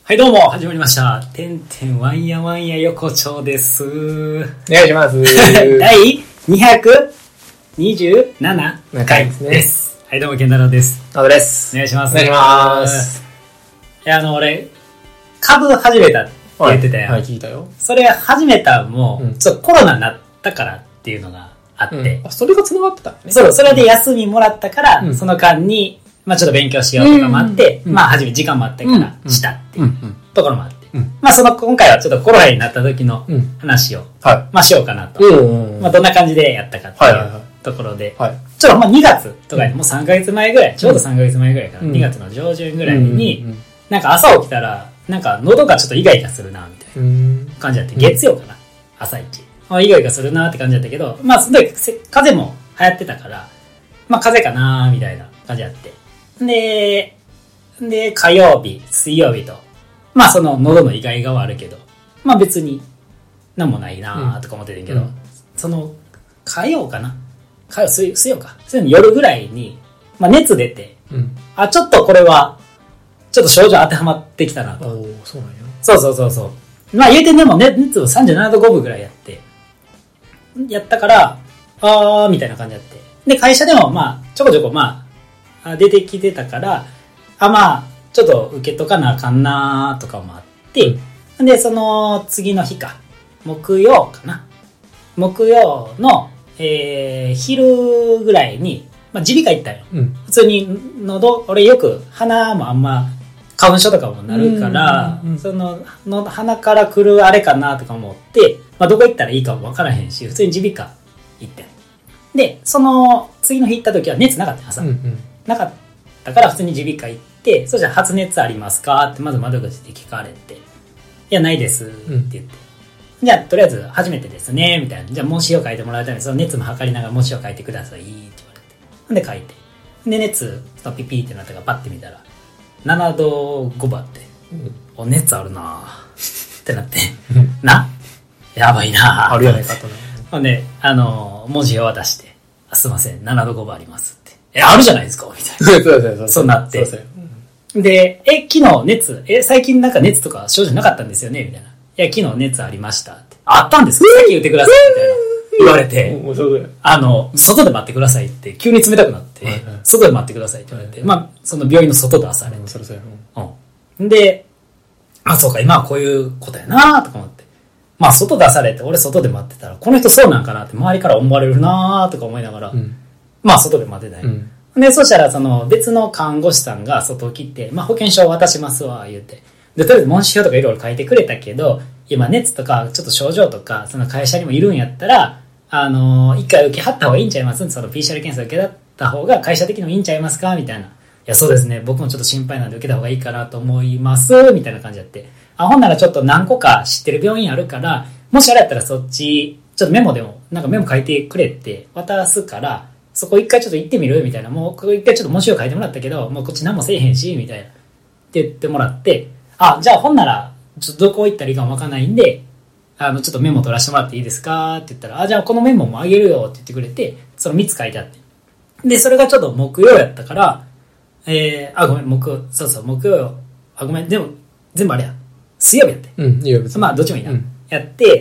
はい、どうも、始まりました。てんてんわんやわんや横丁です。お願いします。 第227回です。はい、どうも、けんたろうです。 などです。 お願いします。 お願いします。 いや、俺、株始めたって言ってたよ。 はい、聞いたよ。 それ始めたのも、ちょっとコロナになったからっていうのがあって。 あ、それが繋がってたね。 そう、それで休みもらったから、その間に、まあちょっと勉強しようとかもあって、まあ初め時間もあったからしたっていうところもあって。まあ今回はちょっとコロナになった時の話を、まあしようかなと。まあどんな感じでやったかっていうところで、ちょっと2月とかにもう3ヶ月前ぐらい、ちょうど3ヶ月前ぐらいから、2月の上旬ぐらいに、なんか朝起きたら、なんか喉がちょっとイガイガするな、みたいな感じだって、月曜かな、朝一。イガイガするなって感じだったけど、まあその時風邪も流行ってたから、まあ風邪かなみたいな感じだって。で、火曜日、水曜日と、まあその喉のイガイガはあるけど、まあ別になんもないなとか思ってたけど、その火曜かな火曜、水曜か。そういうの夜ぐらいに、まあ熱出て、あ、ちょっとこれは、ちょっと症状当てはまってきたなと。 そうなんや。 そう。まあ言うてでもね、熱を37度5分ぐらいやったから、みたいな感じやって。で、会社でもまあ、ちょこちょこまあ、出てきてたから、まあ、ちょっと受けとかなあかんなとかもあって、で、その次の日か、木曜かな。木曜の、昼ぐらいに、まあ、耳鼻科行ったよ。普通に喉、俺よく鼻もあんま、花粉症とかもなるから、その鼻から来るあれかなとか思って、まあ、どこ行ったらいいかもわからへんし、普通に耳鼻科行って。で、その次の日行った時は熱なかった朝。なかったから普通に耳鼻科行って、そしたら発熱ありますかってまず窓口で聞かれて、いや、ないですって言って。じゃあ、とりあえず初めてですね、みたいな。じゃあ、問診を書いてもらうために、その熱も測りながら問診を書いてくださいって言われて。で、書いて。で、熱、ピピーってなったからパッて見たら、7度5分あって、お、熱あるなぁってなって、やばいなぁ。 あるやないかとな。 ほんで、文字を渡して、すいません、7度5分ありますって。あるじゃないですかみたいな。そうなって。で、昨日熱、最近なんか熱とか症状なかったんですよねみたいな。いや、昨日熱ありましたって。あったんですか先言ってくださいみたいな。言われて、外で待ってくださいって、急に冷たくなって、外で待ってくださいって言われて、まあ、その病院の外で出されて。で、そうか、今はこういうことやなとか思って。まあ、外出されて、俺外で待ってたら、この人そうなんかなって周りから思われるなとか思いながら、まあ、外で待ってたよ。で、そしたら、その、別の看護師さんが外を切って、まあ、保険証を渡しますわ、言うて。で、とりあえず問診票とかいろいろ書いてくれたけど、今、熱とか、ちょっと症状とか、その会社にもいるんやったら、一回受けはった方がいいんちゃいますその PCR 検査受けた方が会社的にもいいんちゃいますかみたいな。いや、そうですね。僕もちょっと心配なんで受けた方がいいかなと思います。みたいな感じやって。ほんならちょっと何個か知ってる病院あるから、もしあれやったらそっち、ちょっとメモでも、なんかメモ書いてくれって渡すから、そこ一回ちょっと行ってみるみたいな。もう、ここ一回ちょっと文字を書いてもらったけど、もうこっち何もせえへんし、みたいな。って言ってもらって、じゃあほんなら、ちょっとどこ行ったらいいかもわかんないんで、ちょっとメモ取らせてもらっていいですかって言ったら、じゃあこのメモもあげるよって言ってくれて、その3つ書いてあって。で、それがちょっと木曜やったから、ごめん、木曜よ。ごめん、でも、全部あれや。水曜日やって。 いいよ、別に。 まあ、どっちもいいな。やって、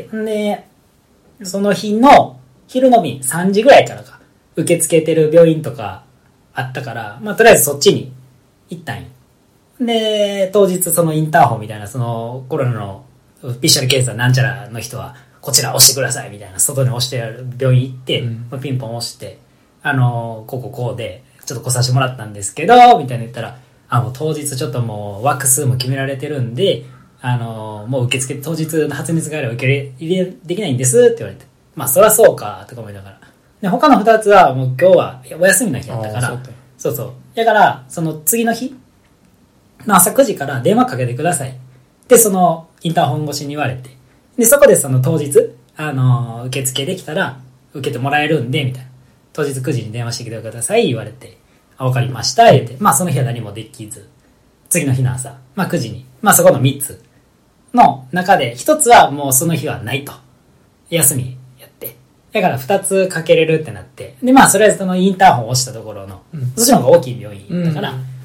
で、その日の昼の便3時ぐらいからか、受け付けてる病院とかあったから、まあ、とりあえずそっちに行ったんよ。で、当日そのインターホンみたいな、そのコロナのPCR 検査なんちゃらの人は、こちら押してくださいみたいな、外に押してある病院行って、ピンポン押して、こうで、ちょっと来させてもらったんですけど、みたいな言ったら、もう当日ちょっともうワック数も決められてるんで、もう受付、当日の発熱外来を受け入れできないんですって言われて、まあそりゃそうか、とか思いながら。で、他の2つはもう今日はお休みの日だったから、そう。だから、その次の日の朝9時から電話かけてください。で、そのインターホン越しに言われて。で、そこでその当日、受付できたら受けてもらえるんで、みたいな。当日9時に電話してきてください、言われて。わかりました、言って。まあその日は何もできず。次の日の朝、まあ9時に。まあそこの3つの中で、1つはもうその日はないと。休みやって。だから2つかけれるってなって。で、まあそれはそのインターホンを押したところの、そっちの方が大きい病院だから、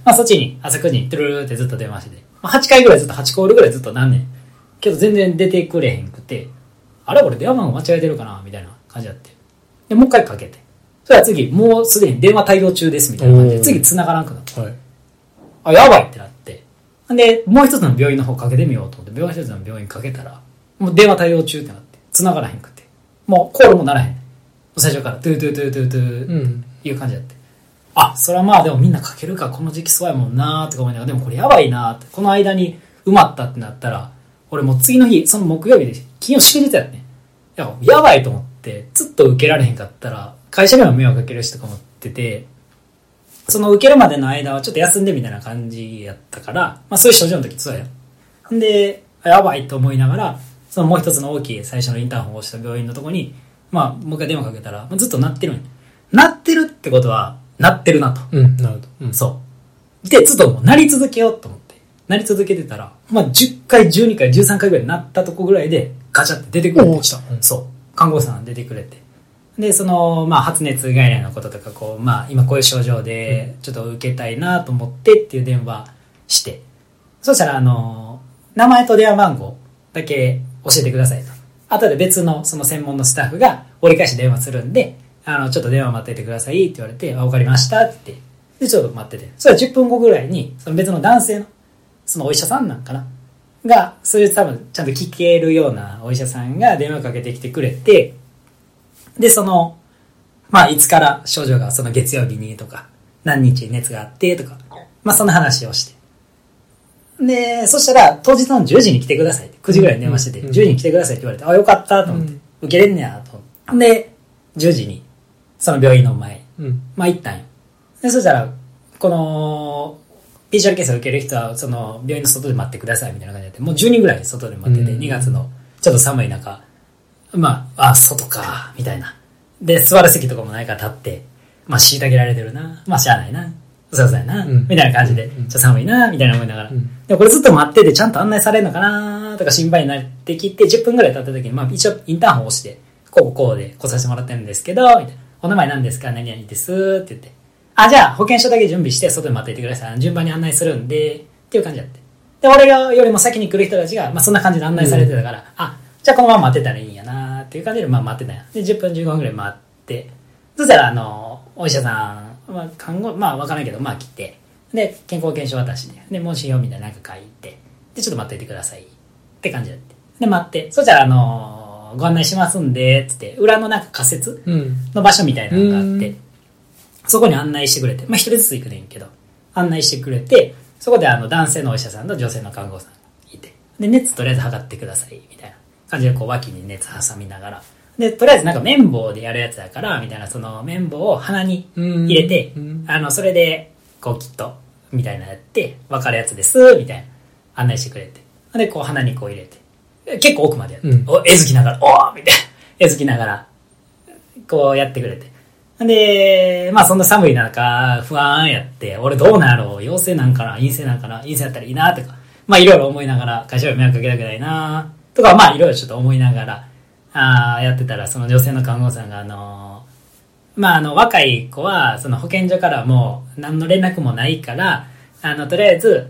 まあそっちに朝9時にトゥルルルってずっと電話してて、まあ、8回ぐらいずっと8コールぐらいずっとなんねんけど全然出てくれへんくて、あれ俺電話番号間違えてるかなみたいな感じだって、でもう一回かけて、それは次もうすでに電話対応中ですみたいな感じで次繋がらんくなって、はい、あやばいってなって、でもう一つの病院の方かけてみようと思って病院一つの病院かけたらもう電話対応中ってなって繋がらへんくて、もうコールもならへん、最初からトゥートゥートゥートゥートゥーいう感じだって、あそれはまあでもみんなかけるかこの時期そうやもんなーって思いながら、でもこれやばいなーって、この間に埋まったってなったら俺もう次の日その木曜日で金曜祝日やね、やばいと思ってずっと受けられへんかったら会社にも迷惑かけるしとか思ってて、その受けるまでの間はちょっと休んでみたいな感じやったから、まあそういう症状の時そうやんで、やばいと思いながらそのもう一つの大きい最初のインターホンを押した病院のとこにまあもう一回電話かけたらずっと鳴ってるんや、鳴ってるってことは鳴ってるなと、 なるほど、 そうでずっともう鳴り続けようと思って鳴り続けてたら、まあ10回12回13回ぐらい鳴ったとこぐらいでガチャって出てくれて、そう看護師さん出てくれて、でそのまあ発熱外来のこととかこう、まあ今こういう症状でちょっと受けたいなと思ってっていう電話して、そしたら名前と電話番号だけ教えてくださいと、後で別のその専門のスタッフが折り返し電話するんでちょっと電話待っててくださいって言われて、わかりましたって言って、でちょっと待ってて、それは10分後ぐらいにその別の男性のそのお医者さんなんかなが、そういう多分ちゃんと聞けるようなお医者さんが電話かけてきてくれて、でそのまあいつから症状がその月曜日にとか何日熱があってとか、まあそんな話をして、でそしたら当日の10時に来てくださいって9時ぐらいに電話してて、10時に来てくださいって言われて、あよかったと思って、受けれんねやと思って、で10時にその病院の前、まあ行ったんよ。でそしたらこの PCR 検査を受ける人はその病院の外で待ってくださいみたいな感じで、もう10人ぐらい外で待ってて、2月のちょっと寒い中、まあ外かみたいな、で座る席とかもないから立って、まあ虐げられてるな、まあしゃあないな、そうやな、みたいな感じで、ちょっと寒いなみたいな思いながら、でもこれずっと待っててちゃんと案内されるのかなとか心配になってきて、10分ぐらい経った時にまあ一応インターホンを押して、こうで来させてもらってるんですけどみたいな、お名前何ですか、何々ですって言って、あじゃあ保険証だけ準備して外で待っていてください、順番に案内するんでっていう感じだって、で俺がよりも先に来る人たちがまあそんな感じで案内されてたから、あじゃあこのまま待ってたらいいんやなっていう感じでまあ待ってたんや。で10分15分ぐらい待って、そしたらお医者さん、まあ、看護まあ分からんけどまあ来て、で健康保険証渡して、で問診票みたいななんか書いて、でちょっと待っていてくださいって感じだって、で待って、そしたらご案内しますんでつって裏のなんか仮設の場所みたいなのがあって、そこに案内してくれて、まあ一人ずつ行くねんけど案内してくれて、そこで男性のお医者さんと女性の看護師さんがいて、で熱とりあえず測ってくださいみたいな感じでこう脇に熱挟みながら、でとりあえずなんか綿棒でやるやつだからみたいな、その綿棒を鼻に入れて、それでこうきっとみたいなやって分かるやつですみたいな案内してくれて、でこう鼻にこう入れて結構奥までやって、えずきながらおーみたいなえずきながらこうやってくれて、でまあそんな寒い中不安やって、俺どうなんやろう、陽性なんかな陰性なんかな、陰性やったらいいなとか、まあいろいろ思いながら会社に迷惑かけたくないなとか、まあいろいろちょっと思いながらやってたら、その女性の看護師さんがまあ若い子はその保健所からもう何の連絡もないからとりあえず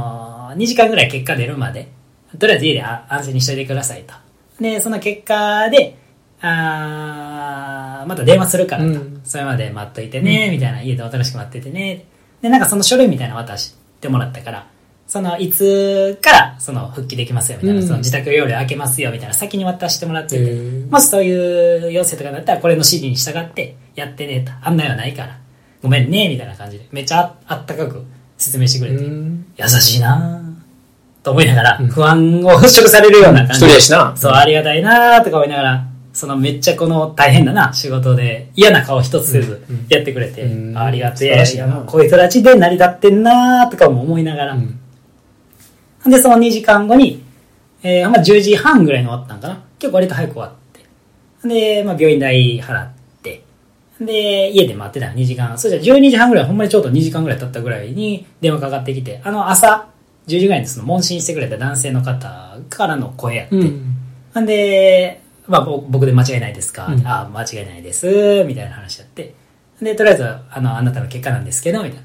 2時間ぐらい結果出るまでとりあえず家で安静にしといてくださいと、でその結果でまた電話するからと、それまで待っといてねみたいな、家でおとなしく待っててね、でなんかその書類みたいなの渡してもらったから、そのいつからその復帰できますよみたいな、その自宅療養開けますよみたいな先に渡してもらってて、もしそういう要請とかだったらこれの指示に従ってやってねと、案内はないからごめんねみたいな感じでめっちゃあったかく説明してくれて、優しいなと思いながら、不安を払拭されるような感じで、 一人やしな、 そうありがたいなとか思いながら、そのめっちゃこの大変だな仕事で嫌な顔一つせずやってくれて、ありがてえ、こういう人たちで成り立ってんなとかも思いながら、でその2時間後に、まあ、10時半ぐらいに終わったんかな、結構割と早く終わって、で、まあ、病院代払って、で家で待ってたの2時間、そしたら12時半ぐらい、ほんまにちょうど2時間ぐらい経ったぐらいに電話かかってきて、朝10時ぐらいにその問診してくれた男性の方からの声やって、なんで、まあ、僕で間違いないですか、あ間違いないですみたいな話やって、でとりあえずあなたの結果なんですけどみたいな、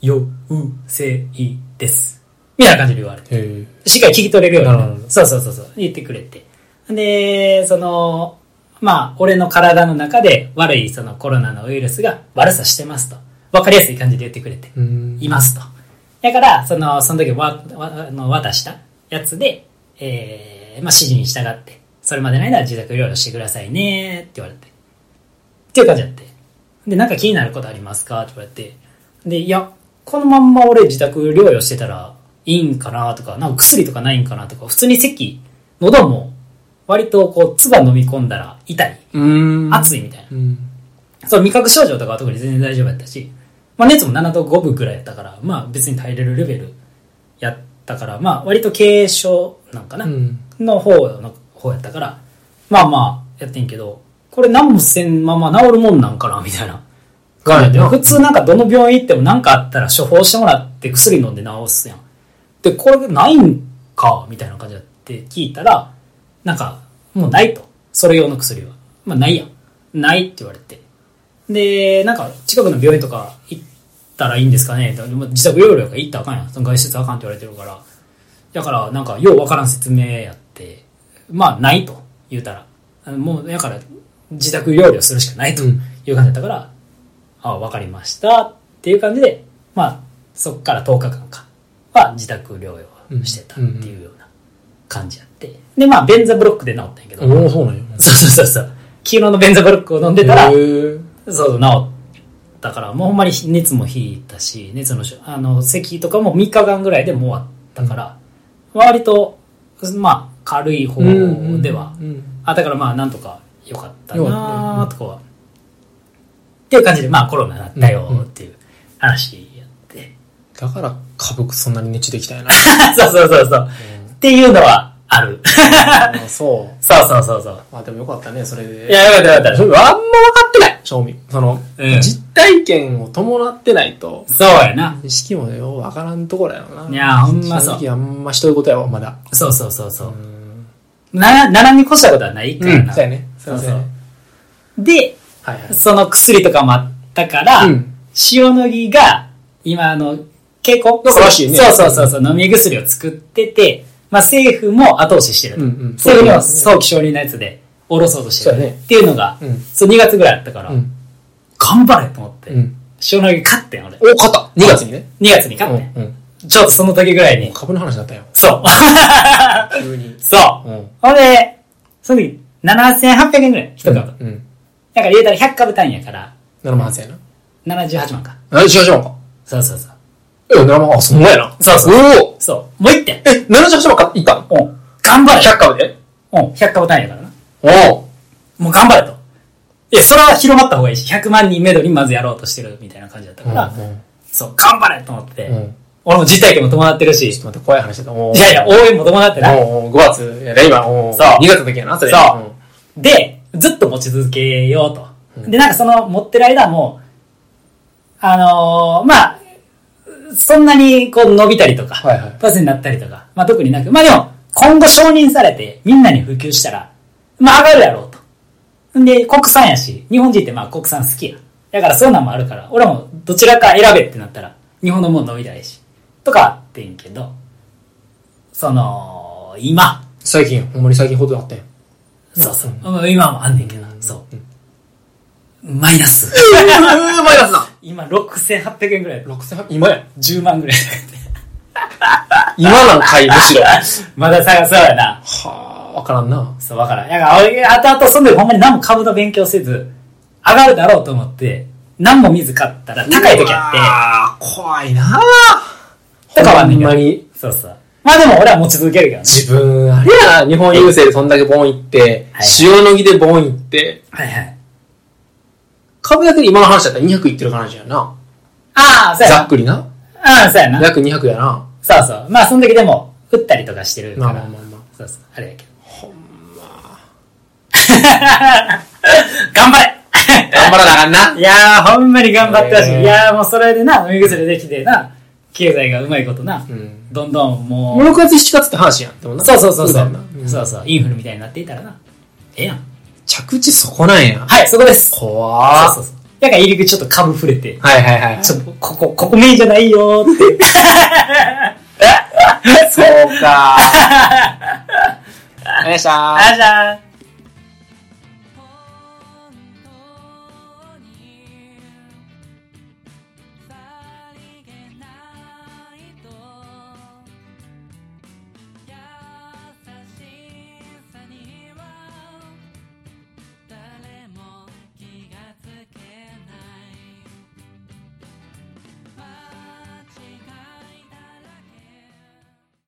ようせいです。みたいな感じで言われて。しっかり聞き取れるように、ね。そう。言ってくれて。で、俺の体の中で悪いそのコロナのウイルスが悪さしてますと。わかりやすい感じで言ってくれて。いますと。だから、その時渡したやつで、指示に従って、それまでの間自宅療養してくださいねって言われて。っていう感じだって。で、なんか気になることありますかって言われて。で、いや、このまんま俺自宅療養してたらいいんかなとか、なんか薬とかないんかなとか、普通に喉も割とこう、唾飲み込んだら痛い。熱いみたいな。そう、味覚症状とかは特に全然大丈夫やったし、熱も7度5分くらいやったから、別に耐えれるレベルやったから、割と軽症なんかな、の方やったから、やってんけど、これ何もせんまま治るもんなんかなみたいな。普通なんかどの病院行ってもなんかあったら処方してもらって薬飲んで治すやん。で、これないんかみたいな感じだって聞いたら、なんかもうないと。それ用の薬は。ないやん。ないって言われて。で、なんか近くの病院とか行ったらいいんですかね。自宅療養が行ったらあかんやん。その外出あかんって言われてるから。だからなんかようわからん説明やって、ないと言うたら。もうだから自宅療養するしかないという感じだったから、わかりましたっていう感じで、そっから10日間かは自宅療養してたっていうような感じやって。で、ベンザブロックで治ったんやけど。 そうなんや。 そう。昨日のベンザブロックを飲んでたら、治ったから、もうほんまに熱も引いたし、熱の、咳とかも3日間ぐらいでもう終わったから、割と、軽い方では、だからなんとか良かったなとかは。っていう感じで、コロナになったよっていう話やって。 だから歌舞伎そんなに熱できたやな。 そう。っていうのはある。 そう。でもよかったね、それで。 いや、よかった。 あんま分かってない、正味。実体験を伴ってないと。 そうやな。 意識もよ、分からんところやろな。 いや、ほんまそう。 正直あんましということやわ、まだ。 そう。7に越したことはないからな。 そうやね。 そう。で、その薬とかもあったから、塩野義が、今経口らしいね。 そう、飲み薬を作ってて、政府も後押ししてる。政府には早期承認のやつで、下ろそうとしてる。っていうのが、2月ぐらいあったから、頑張れと思って、塩野義買ってん、俺。 勝った !2 月にね。 2月に買ってん。ちょっとその時ぐらいに。 株の話だったよ。 そう。 急に。 そう。ほんで、その時、7800円ぐらい、1株。だから言うたら100株単位やから。 7万8000円な。78万か。 78万か。 そう。 7万、そんなやな。 そう。そう。もう1点。 78万いったの？ 頑張れ。 100株で 100株単位やからな。もう頑張れと。それは広まった方がいいし、100万人目処にまずやろうとしてるみたいな感じだったから、そう、頑張れと思って、俺も実体験も伴ってるし。 ちょっと待って、怖い話だった。 いや、応援も伴ってな。 5月、やで、今、そう。2月の時やな、それ。 そう。で、ずっと持ち続けようと。で、なんかその持ってる間も、そんなにこう伸びたりとか、パスになったりとか、特になく、でも、今後承認されてみんなに普及したら、上がるやろうと。んで、国産やし、日本人って国産好きや。だからそういうのもあるから、俺もどちらか選べってなったら、日本のもの飲みたいし、とかあってんけど、今。 ほんまに最近ほどあったよ。 そう。今もあんねんけど、そう。マイナス。 マイナスだ。 今6800円ぐらい。 6800今や。 10万ぐらい。 今なんかい、むしろ。 まだそうやな。 わからんな。 そう、わからん。あとそんでほんまに何も株の勉強せず、上がるだろうと思って、何も見ず買ったら高い時あって。怖いなとかはねんけど。 ほんまに。 そう。でも俺は持ち続けるけどね。 自分、あれやな、日本郵政でそんだけボン行って、塩野義でボン行って、株だけで今の話だったら200いってる話やな。 そうやな。 ざっくりな。 そうやな。 約200やな。 そう。その時でも、打ったりとかしてるから。そう。あれやけど。 ほんま。 頑張れ頑張らなあかんな。 いやー、ほんまに頑張ってほしい。いやー、もうそれでな、飲み薬できてな、経済がうまいことな、どんどんもう。 6月7月って話やん。でもな。 そう。インフルみたいになっていたらな。ええやん。 着地そこなんや。 はい、そこです。 怖ー。 そう。 だから入り口ちょっと株触れて。 はいはいはい。 ちょっと、ここメインじゃないよーって。 そうか。お願いします。 ありがとうございました。